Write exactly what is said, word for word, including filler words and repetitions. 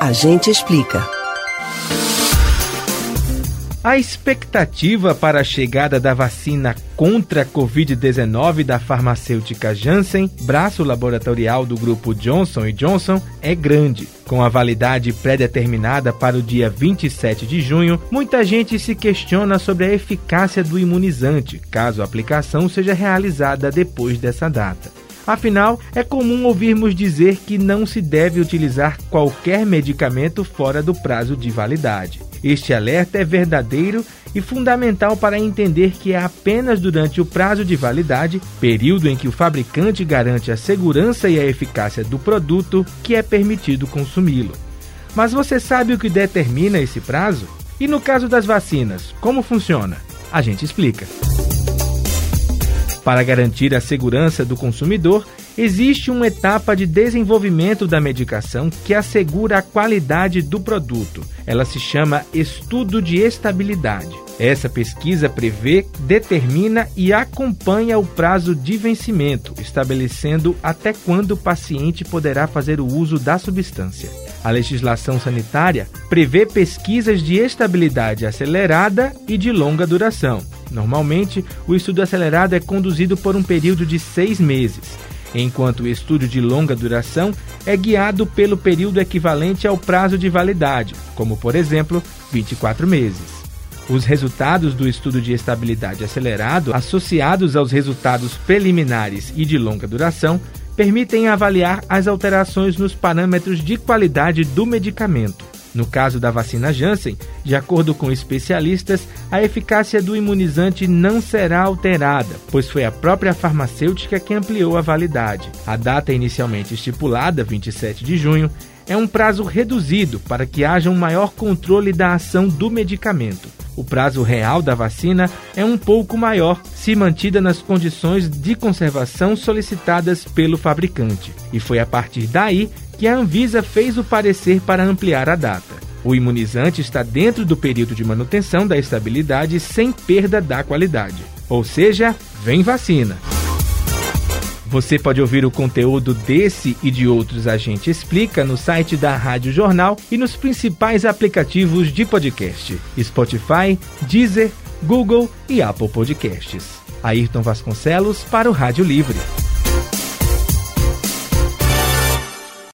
A gente explica. A expectativa para a chegada da vacina contra a covid dezenove da farmacêutica Janssen, braço laboratorial do grupo Johnson e Johnson, é grande. Com a validade pré-determinada para o dia vinte e sete de junho, muita gente se questiona sobre a eficácia do imunizante, caso a aplicação seja realizada depois dessa data. Afinal, é comum ouvirmos dizer que não se deve utilizar qualquer medicamento fora do prazo de validade. Este alerta é verdadeiro e fundamental para entender que é apenas durante o prazo de validade, período em que o fabricante garante a segurança e a eficácia do produto, que é permitido consumi-lo. Mas você sabe o que determina esse prazo? E no caso das vacinas, como funciona? A gente explica. Para garantir a segurança do consumidor, existe uma etapa de desenvolvimento da medicação que assegura a qualidade do produto. Ela se chama estudo de estabilidade. Essa pesquisa prevê, determina e acompanha o prazo de vencimento, estabelecendo até quando o paciente poderá fazer o uso da substância. A legislação sanitária prevê pesquisas de estabilidade acelerada e de longa duração. Normalmente, o estudo acelerado é conduzido por um período de seis meses, enquanto o estudo de longa duração é guiado pelo período equivalente ao prazo de validade, como, por exemplo, vinte e quatro meses. Os resultados do estudo de estabilidade acelerado, associados aos resultados preliminares e de longa duração, permitem avaliar as alterações nos parâmetros de qualidade do medicamento. No caso da vacina Janssen, de acordo com especialistas, a eficácia do imunizante não será alterada, pois foi a própria farmacêutica que ampliou a validade. A data inicialmente estipulada, vinte e sete de junho, é um prazo reduzido para que haja um maior controle da ação do medicamento. O prazo real da vacina é um pouco maior, se mantida nas condições de conservação solicitadas pelo fabricante. E foi a partir daí que a Anvisa fez o parecer para ampliar a data. O imunizante está dentro do período de manutenção da estabilidade sem perda da qualidade. Ou seja, vem vacina! Você pode ouvir o conteúdo desse e de outros A Gente Explica no site da Rádio Jornal e nos principais aplicativos de podcast: Spotify, Deezer, Google e Apple Podcasts. Ayrton Vasconcelos para o Rádio Livre.